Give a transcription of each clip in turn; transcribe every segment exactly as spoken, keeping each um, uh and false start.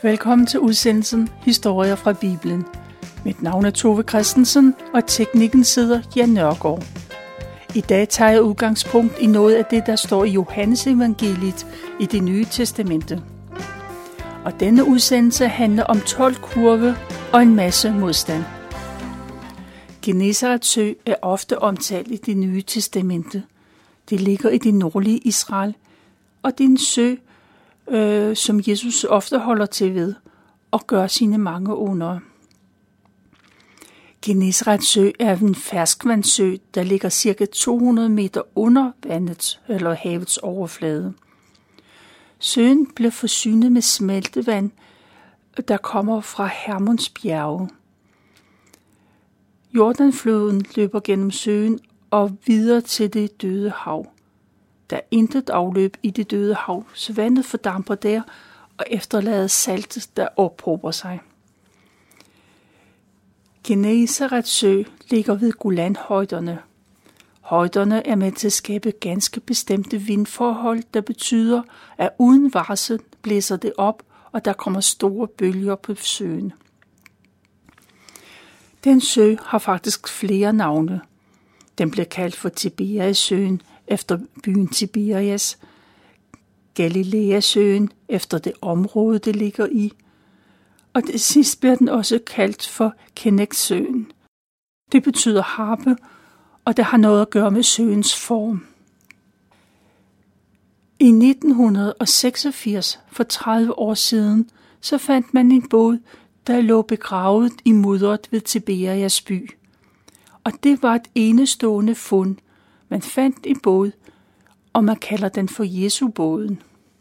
Velkommen til udsendelsen Historier fra Bibelen. Mit navn er Tove Christensen, og teknikken sidder Jan Nørgaard. I dag tager jeg udgangspunkt i noget af det, der står i Johannes evangeliet i Det Nye Testamente. Og denne udsendelse handler om tolv kurve og en masse modstand. Genesarets sø er ofte omtalt i Det Nye Testamente. Det ligger i det nordlige Israel, og det er en sø, øh, som Jesus ofte holder til ved og gør sine mange under. Genesarets sø er en ferskvandssø, der ligger cirka to hundrede meter under vandet eller havets overflade. Søen blev forsynet med smeltevand, der kommer fra Hermons bjerge. Jordanfloden løber gennem søen og videre til det døde hav. Der er intet afløb i det døde hav, så vandet fordamper der og efterlader salt, der ophober sig. Genesarets sø ligger ved Golanhøjderne. Højderne er med til at skabe ganske bestemte vindforhold, der betyder, at uden varsel blæser det op, og der kommer store bølger på søen. Den sø har faktisk flere navne. Den blev kaldt for Tiberias-søen efter byen Tiberias, Galilæasøen efter det område, det ligger i, og til sidst bliver den også kaldt for Kenneksøen. Det betyder harpe, og det har noget at gøre med søens form. I nitten seksogfirs, for tredive år siden, så fandt man en båd, der lå begravet i mudderet ved Tiberias by. Og det var et enestående fund. Man fandt en båd, og man kalder den for Jesu-båden.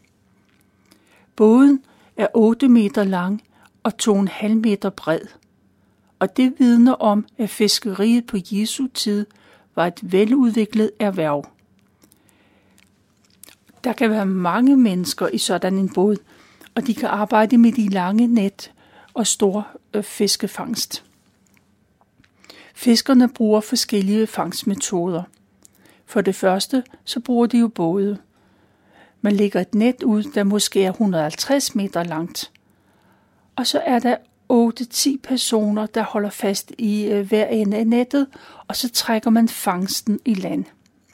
Båden er otte meter lang og to komma fem meter bred. Og det vidner om, at fiskeriet på Jesu tid var et veludviklet erhverv. Der kan være mange mennesker i sådan en båd, og de kan arbejde med de lange net og stor øh, fiskefangst. Fiskerne bruger forskellige fangstmetoder. For det første, så bruger de jo både. Man lægger et net ud, der måske er et hundrede og halvtreds meter langt. Og så er der otte til ti personer, der holder fast i øh, hver ende af nettet, og så trækker man fangsten i land.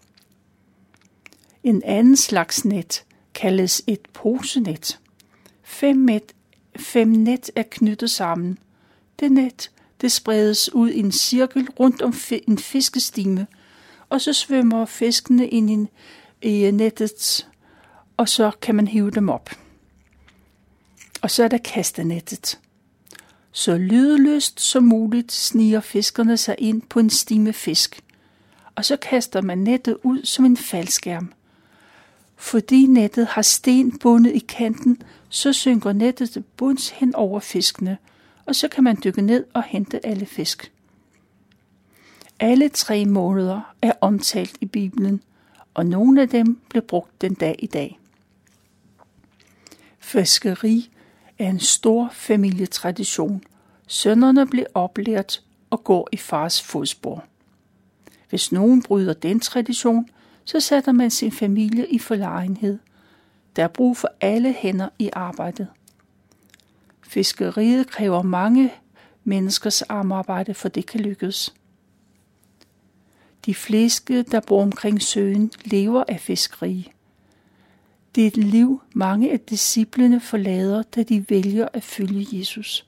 En anden slags net kaldes et posenet. Fem, net, fem net er knyttet sammen. Det net, det spredes ud i en cirkel rundt om en fiskestime, og så svømmer fiskene ind i nettet, og så kan man hive dem op. Og så er der kastenettet. Så lydløst som muligt sniger fiskerne sig ind på en stime fisk, og så kaster man nettet ud som en faldskærm. Fordi nettet har sten bundet i kanten, så synker nettet til bunds hen over fiskene, og så kan man dykke ned og hente alle fisk. Alle tre måder er omtalt i Bibelen, og nogle af dem blev brugt den dag i dag. Fiskeri er en stor familietradition. Sønnerne blev oplært og går i fars fodspor. Hvis nogen bryder den tradition, så sætter man sin familie i forlegenhed. Der er brug for alle hænder i arbejdet. Fiskeriet kræver mange menneskers armarbejde, for det kan lykkes. De fleste, der bor omkring søen, lever af fiskeri. Det er et liv, mange af disciplene forlader, da de vælger at følge Jesus.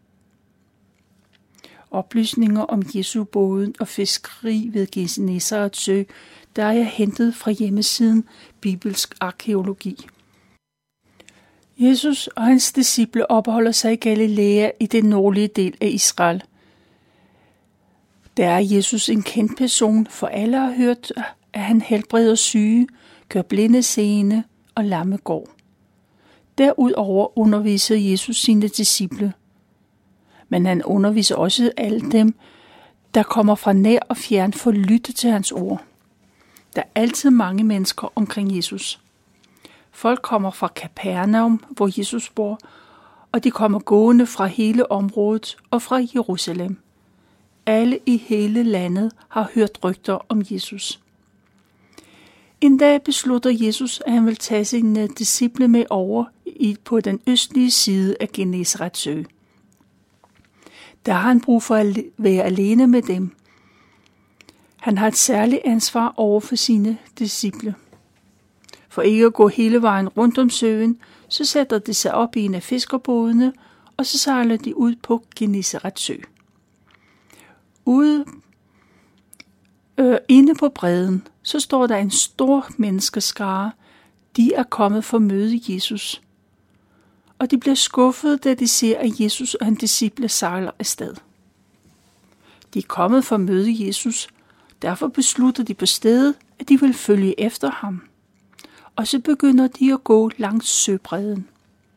Oplysninger om Jesu-båden og fiskeri ved Genesarets sø, der er jeg hentet fra hjemmesiden Bibelsk Arkæologi. Jesus og hans disciple opholder sig i Galilea i den nordlige del af Israel. Der er Jesus en kendt person, for alle har hørt, at han helbreder syge, gør blinde seende og lamme går. Derudover underviser Jesus sine disciple. Men han underviser også alle dem, der kommer fra nær og fjern for at lytte til hans ord. Der er altid mange mennesker omkring Jesus. Folk kommer fra Kapernaum, hvor Jesus bor, og de kommer gående fra hele området og fra Jerusalem. Alle i hele landet har hørt rygter om Jesus. En dag beslutter Jesus, at han vil tage sine disciple med over i, på den østlige side af Genesarets sø. Der har han brug for at være alene med dem. Han har et særligt ansvar over for sine disciple. For ikke at gå hele vejen rundt om søen, så sætter de sig op i en af fiskerbådene, og så sejler de ud på Genesarets sø. Ude øh, inde på bredden, så står der en stor menneskeskare. De er kommet for at møde Jesus. Og de bliver skuffede, da de ser, at Jesus og hans disciple sejler afsted. De er kommet for at møde Jesus, derfor beslutter de på stedet, at de vil følge efter ham. Og så begynder de at gå langs søbredden.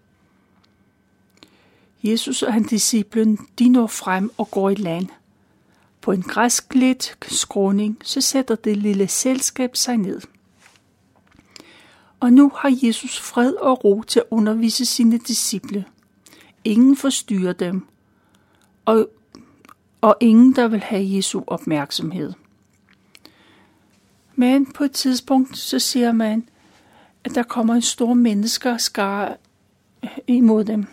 Jesus og hans disciple, de når frem og går i land. På en græsklædt skråning, så sætter det lille selskab sig ned. Og nu har Jesus fred og ro til at undervise sine disciple. Ingen forstyrrer dem, og, og ingen, der vil have Jesu opmærksomhed. Men på et tidspunkt, så ser man, at der kommer en stor menneskeskare imod dem.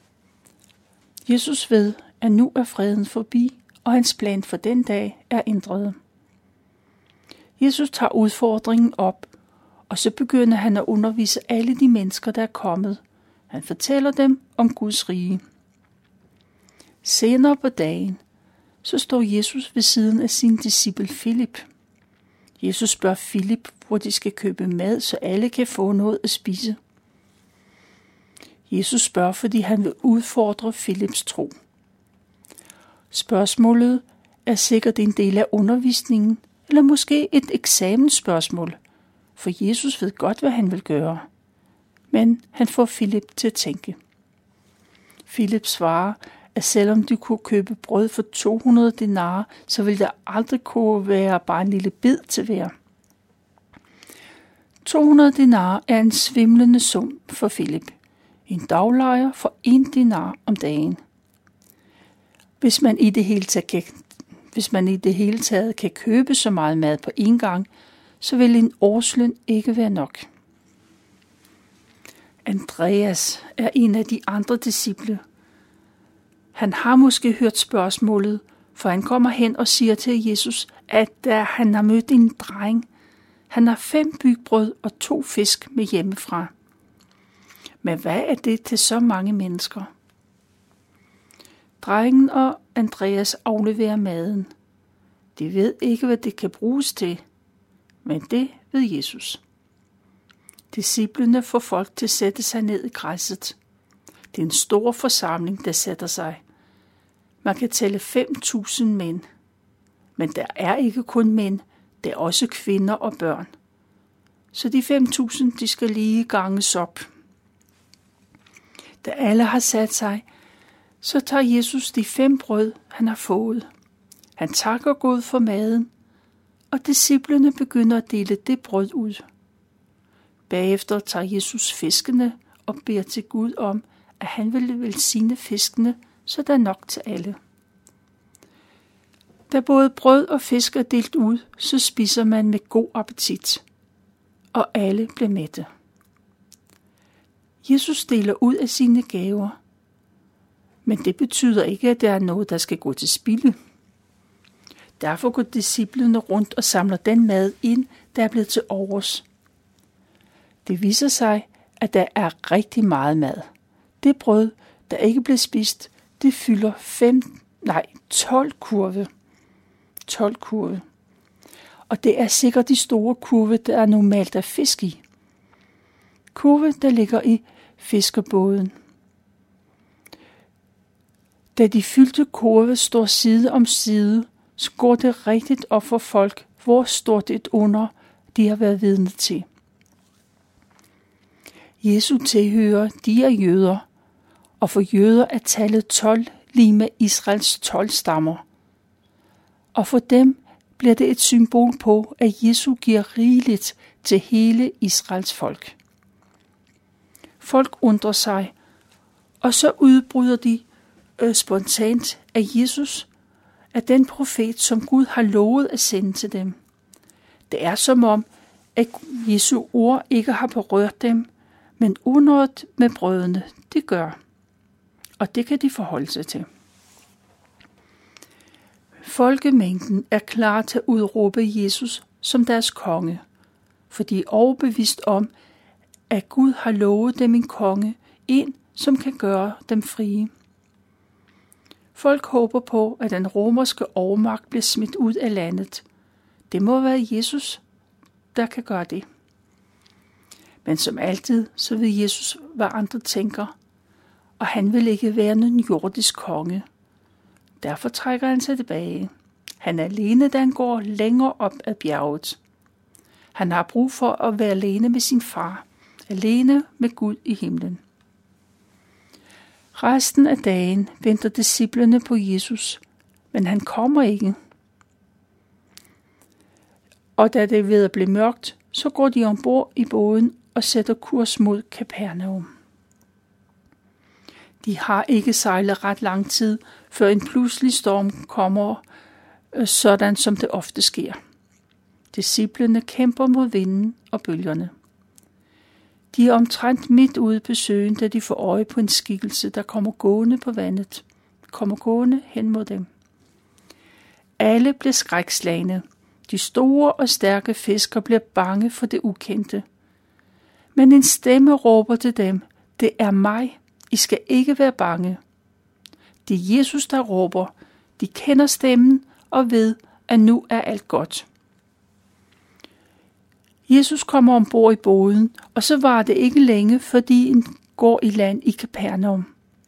Jesus ved, at nu er freden forbi, og hans plan for den dag er ændret. Jesus tager udfordringen op, og så begynder han at undervise alle de mennesker, der er kommet. Han fortæller dem om Guds rige. Senere på dagen, så står Jesus ved siden af sin disciple Filip. Jesus spørger Filip, hvor de skal købe mad, så alle kan få noget at spise. Jesus spørger, fordi han vil udfordre Filips tro. Spørgsmålet er sikkert en del af undervisningen, eller måske et eksamensspørgsmål, for Jesus ved godt, hvad han vil gøre. Men han får Filip til at tænke. Filip svarer, at selvom de kunne købe brød for to hundrede denarer, så ville der aldrig kunne være bare en lille bid til hver. to hundrede denarer er en svimlende sum for Filip. En daglejer for en denar om dagen. Hvis man i det hele taget kan, hvis man i det hele taget kan købe så meget mad på én gang, så vil en årsløn ikke være nok. Andreas er en af de andre disciple. Han har måske hørt spørgsmålet, for han kommer hen og siger til Jesus, at da han har mødt en dreng, han har fem bygbrød og to fisk med hjemmefra. Men hvad er det til så mange mennesker? Drengen og Andreas afleverer maden. De ved ikke, hvad det kan bruges til, men det ved Jesus. Disciplene får folk til at sætte sig ned i græsset. Det er en stor forsamling, der sætter sig. Man kan tælle fem tusind mænd. Men der er ikke kun mænd, der er også kvinder og børn. Så de fem tusind, de skal lige ganges op. Da alle har sat sig, så tager Jesus de fem brød, han har fået. Han takker Gud for maden, og disciplene begynder at dele det brød ud. Bagefter tager Jesus fiskene og beder til Gud om, at han vil velsigne fiskene, så der er nok til alle. Da både brød og fisk er delt ud, så spiser man med god appetit, og alle bliver mætte. Jesus deler ud af sine gaver, men det betyder ikke, at der er noget, der skal gå til spilde. Derfor går disciplene rundt og samler den mad ind, der er blevet til overs. Det viser sig, at der er rigtig meget mad. Det brød, der ikke blev spist, det fylder fem, nej, tolv kurve. tolv kurve. Og det er sikkert de store kurve, der er normalt af fisk i. Kurve, der ligger i fiskerbåden. Da de fyldte kurve står side om side, så går det rigtigt op for folk, hvor stort et under de har været vidne til. Jesu tilhører, de er jøder, og for jøder er tallet tolv lige med Israels tolv stammer. Og for dem bliver det et symbol på, at Jesu giver rigeligt til hele Israels folk. Folk undrer sig, og så udbryder de øh, spontant, at Jesus er den profet, som Gud har lovet at sende til dem. Det er som om, at Jesu ord ikke har berørt dem, men underet med brødene, det gør. Og det kan de forholde sig til. Folkemængden er klar til at udråbe Jesus som deres konge, for de er overbevist om, at Gud har lovet dem en konge, en som kan gøre dem frie. Folk håber på, at den romerske overmagt bliver smidt ud af landet. Det må være Jesus, der kan gøre det. Men som altid, så ved Jesus, hvad andre tænker, og han vil ikke være en jordisk konge. Derfor trækker han sig tilbage. Han er alene, da han går længere op ad bjerget. Han har brug for at være alene med sin far, alene med Gud i himlen. Resten af dagen venter disciplene på Jesus, men han kommer ikke. Og da det er ved at blive mørkt, så går de ombord i båden og sætter kurs mod Kapernaum. De har ikke sejlet ret lang tid, før en pludselig storm kommer, sådan som det ofte sker. Disciplene kæmper mod vinden og bølgerne. De er omtrent midt ude på søen, da de får øje på en skikkelse, der kommer gående på vandet, kommer gående hen mod dem. Alle bliver skrækslagne. De store og stærke fiskere bliver bange for det ukendte. Men en stemme råber til dem, det er mig, I skal ikke være bange. Det er Jesus, der råber. De kender stemmen og ved, at nu er alt godt. Jesus kommer ombord i båden, og så var det ikke længe, fordi en går i land i Kapernaum.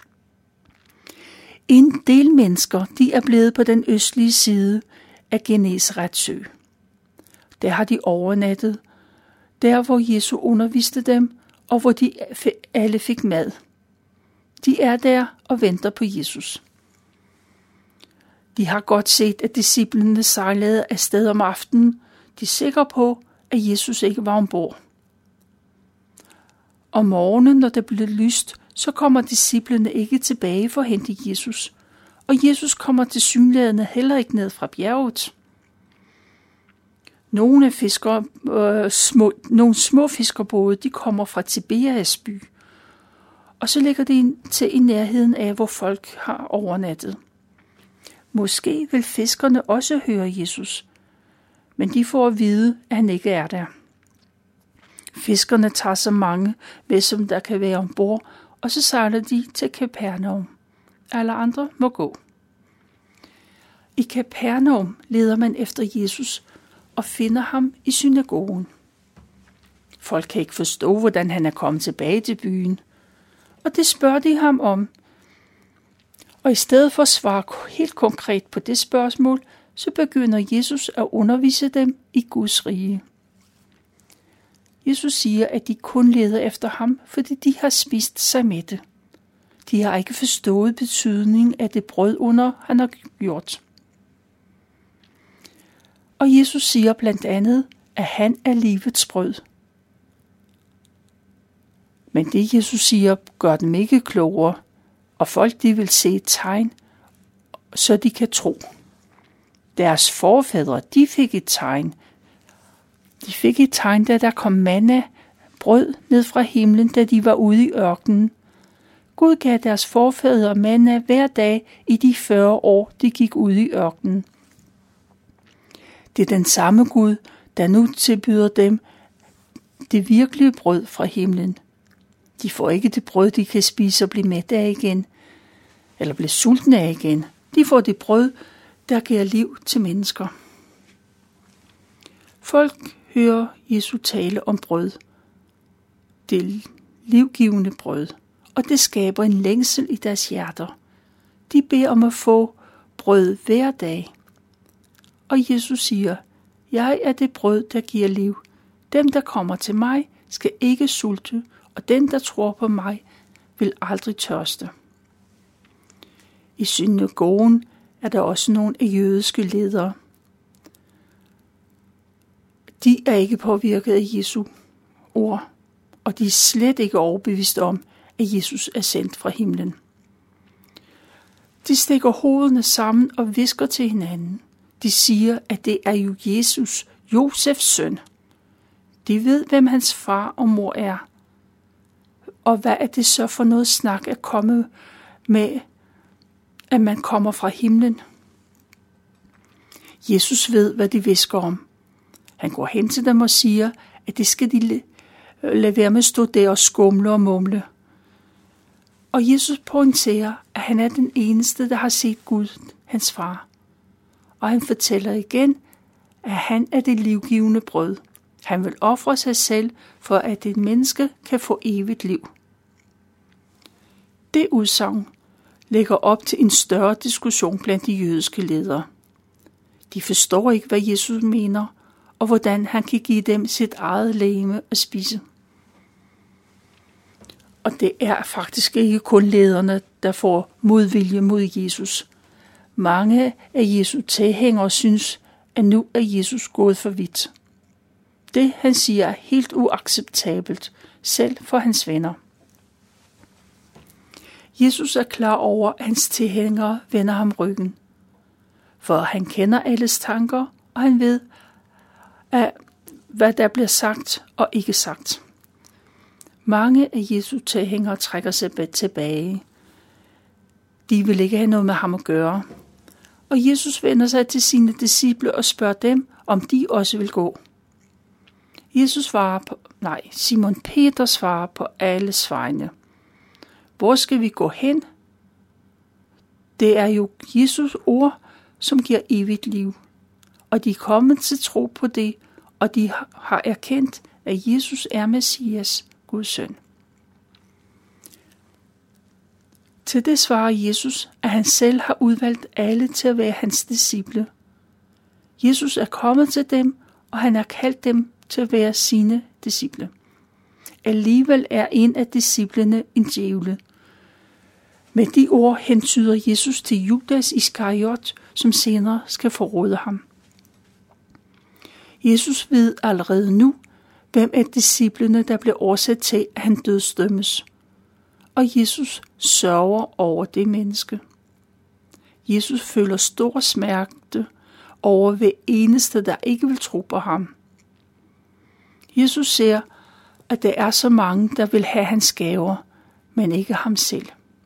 En del mennesker, de er blevet på den østlige side af Genesarets sø. Der har de overnattet, der hvor Jesus underviste dem, og hvor de alle fik mad. De er der og venter på Jesus. De har godt set, at disciplene sejlede afsted om aftenen. De er sikre på, at Jesus ikke var ombord. Om morgenen, når det blev lyst, så kommer disciplene ikke tilbage for at hente Jesus, og Jesus kommer tilsyneladende heller ikke ned fra bjerget. Nogle af fiskere, øh, små, nogle små fiskerbåde, de kommer fra Tiberias by, og så ligger de til i nærheden af, hvor folk har overnattet. Måske vil fiskerne også høre Jesus, men de får at vide, at han ikke er der. Fiskerne tager så mange med, som der kan være ombord, og så sejler de til Kapernaum. Alle andre må gå. I Kapernaum leder man efter Jesus og finder ham i synagogen. Folk kan ikke forstå, hvordan han er kommet tilbage til byen, og det spørger de ham om. Og i stedet for at svare helt konkret på det spørgsmål, så begynder Jesus at undervise dem i Guds rige. Jesus siger, at de kun leder efter ham, fordi de har spist sig mætte. De har ikke forstået betydningen af det brød under, han har gjort. Og Jesus siger blandt andet, at han er livets brød. Men det Jesus siger, gør dem ikke klogere, og folk de vil se et tegn, så de kan tro. Deres forfædre, de fik et tegn. De fik et tegn, da der kom manna, brød ned fra himlen, da de var ude i ørkenen. Gud gav deres forfædre manna hver dag i de fyrre år, de gik ud i ørkenen. Det er den samme Gud, der nu tilbyder dem det virkelige brød fra himlen. De får ikke det brød, de kan spise og blive mætte af igen, eller blive sultne af igen. De får det brød, der giver liv til mennesker. Folk hører Jesu tale om brød. Det livgivende brød, og det skaber en længsel i deres hjerter. De beder om at få brød hver dag. Og Jesus siger, jeg er det brød, der giver liv. Dem, der kommer til mig, skal ikke sulte, og den, der tror på mig, vil aldrig tørste. I synagogen er der også nogle af jødiske ledere. De er ikke påvirket af Jesu ord, og de er slet ikke overbevist om, at Jesus er sendt fra himlen. De stikker hovederne sammen og hvisker til hinanden. De siger, at det er jo Jesus, Josefs søn. De ved, hvem hans far og mor er. Og hvad er det så for noget snak at komme med, at man kommer fra himlen? Jesus ved, hvad de visker om. Han går hen til dem og siger, at det skal de lade være med at stå der og skumle og mumle. Og Jesus pointerer, at han er den eneste, der har set Gud, hans far. Og han fortæller igen, at han er det livgivende brød. Han vil ofre sig selv, for at et menneske kan få evigt liv. Det udsagn lægger op til en større diskussion blandt de jødiske ledere. De forstår ikke, hvad Jesus mener, og hvordan han kan give dem sit eget legeme at spise. Og det er faktisk ikke kun lederne, der får modvilje mod Jesus. Mange af Jesu tilhængere synes, at nu er Jesus gået for vidt. Det, han siger, er helt uacceptabelt, selv for hans venner. Jesus er klar over, at hans tilhængere vender ham ryggen. For han kender alles tanker, og han ved, at hvad der bliver sagt og ikke sagt. Mange af Jesu tilhængere trækker sig tilbage. De vil ikke have noget med ham at gøre. Og Jesus vender sig til sine disciple og spørger dem, om de også vil gå. Jesus svarer på, nej, Simon Peter svarer på alles vegne. Hvor skal vi gå hen? Det er jo Jesus ord, som giver evigt liv. Og de er kommet til tro på det, og de har erkendt, at Jesus er Messias, Guds søn. Til det svarer Jesus, at han selv har udvalgt alle til at være hans disciple. Jesus er kommet til dem, og han har kaldt dem til at være sine disciple. Alligevel er en af disciplene en djævle. Med de ord hentyder Jesus til Judas Iskariot, som senere skal forråde ham. Jesus ved allerede nu, hvem er disciplene, der bliver årsag til, at han dødsdømmes. Og Jesus sørger over det menneske. Jesus føler stor smerte over hver eneste, der ikke vil tro på ham. Jesus ser, at der er så mange, der vil have hans gaver, men ikke ham selv.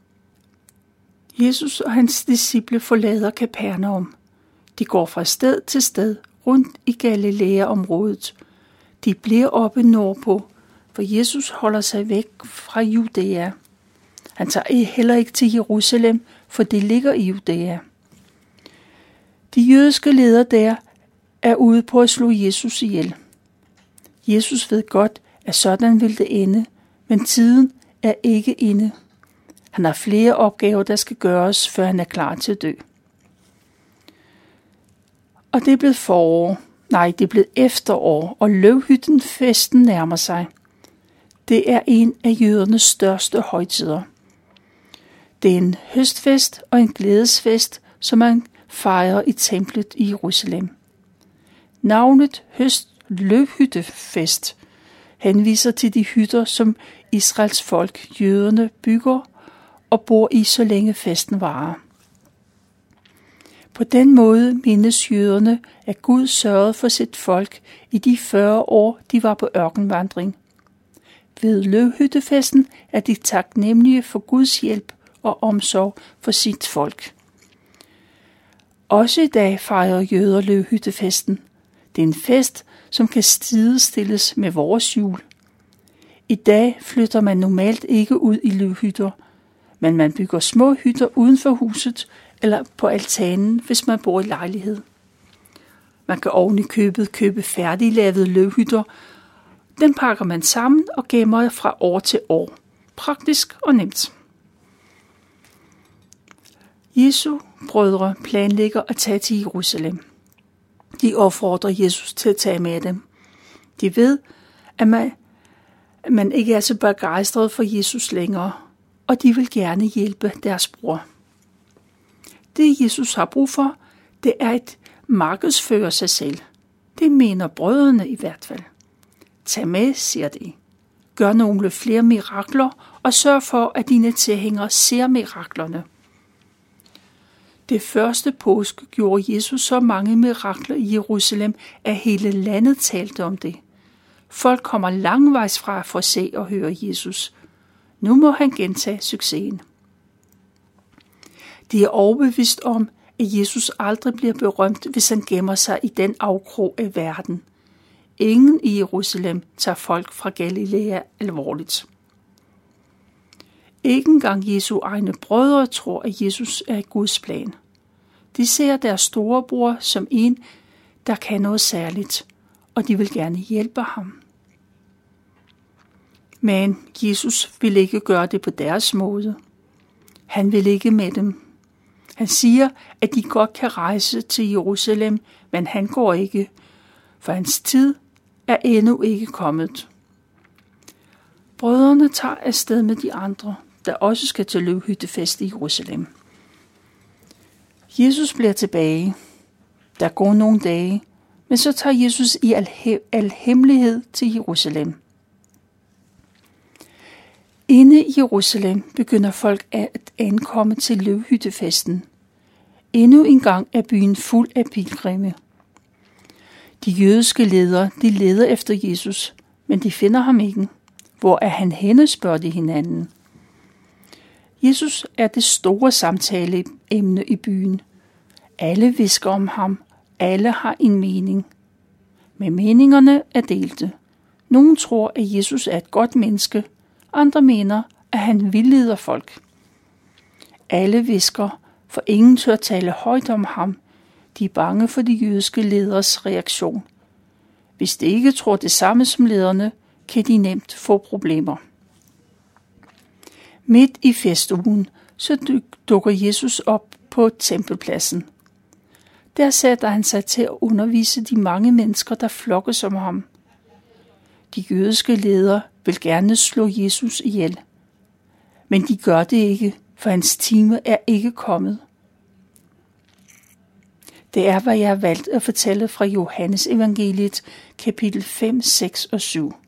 Jesus og hans disciple forlader Kapernaum. De går fra sted til sted rundt i Galilea-området. De bliver oppe nordpå, for Jesus holder sig væk fra Judæa. Han tager heller ikke til Jerusalem, for det ligger i Judæa. De jødiske ledere der er ude på at slå Jesus ihjel. Jesus ved godt, at sådan vil det ende, men tiden er ikke inde. Han har flere opgaver, der skal gøres, før han er klar til at dø. Og det er blevet forår. Nej, det er blevet efterår, og løvhyttenfesten nærmer sig. Det er en af jødernes største højtider. Det er en høstfest og en glædesfest, som man fejrer i templet i Jerusalem. Navnet høst løvhyttefest henviser til de hytter, som Israels folk, jøderne, bygger og bor i, så længe festen varer. På den måde mindes jøderne, at Gud sørgede for sit folk i de fyrre år, de var på ørkenvandring. Ved løvhyttefesten er de taknemmelige for Guds hjælp og omsorg for sit folk. Også i dag fejrer jøder løvhyttefesten. Det er en fest, som kan sidestilles med vores jul. I dag flytter man normalt ikke ud i løvhytter, men man bygger små hytter uden for huset eller på altanen, hvis man bor i lejlighed. Man kan oven i købet købe færdiglavede løvhytter. Den pakker man sammen og gemmer fra år til år. Praktisk og nemt. Jesu brødre planlægger at tage til Jerusalem. De opfordrer Jesus til at tage med dem. De ved, at man, at man ikke er så begejstret for Jesus længere, og de vil gerne hjælpe deres bror. Det Jesus har brug for, det er at markedsføre sig selv. Det mener brødrene i hvert fald. Tag med, siger de. Gør nogle flere mirakler, og sørg for, at dine tilhængere ser miraklerne. Det første påske gjorde Jesus så mange mirakler i Jerusalem, at hele landet talte om det. Folk kommer langvejs fra for at se og høre Jesus. Nu må han gentage succesen. De er overbevist om, at Jesus aldrig bliver berømt, hvis han gemmer sig i den afkrog af verden. Ingen i Jerusalem tager folk fra Galilea alvorligt. Ikke engang Jesu egne brødre tror, at Jesus er i Guds plan. De ser deres storebror som en, der kan noget særligt, og de vil gerne hjælpe ham. Men Jesus vil ikke gøre det på deres måde. Han vil ikke med dem. Han siger, at de godt kan rejse til Jerusalem, men han går ikke, for hans tid er endnu ikke kommet. Brødrene tager afsted med de andre, der også skal til løvhyttefest i Jerusalem. Jesus bliver tilbage. Der går nogle dage, men så tager Jesus i al, al hemmelighed til Jerusalem. Inde i Jerusalem begynder folk at ankomme til løvhyttefesten. Endnu en gang er byen fuld af pilgrimme. De jødiske ledere, de leder efter Jesus, men de finder ham ikke. Hvor er han henne, spørger de hinanden. Jesus er det store samtaleemne i byen. Alle hvisker om ham. Alle har en mening. Men meningerne er delte. Nogle tror, at Jesus er et godt menneske. Andre mener, at han vildleder folk. Alle hvisker, for ingen tør tale højt om ham. De er bange for de jødiske leders reaktion. Hvis de ikke tror det samme som lederne, kan de nemt få problemer. Midt i festugen, så dukker Jesus op på tempelpladsen. Der sætter han sig til at undervise de mange mennesker, der flokkes om ham. De jødiske ledere vil gerne slå Jesus ihjel. Men de gør det ikke, for hans time er ikke kommet. Det er, hvad jeg har valgt at fortælle fra Johannes evangeliet, kapitel fem, seks og syv.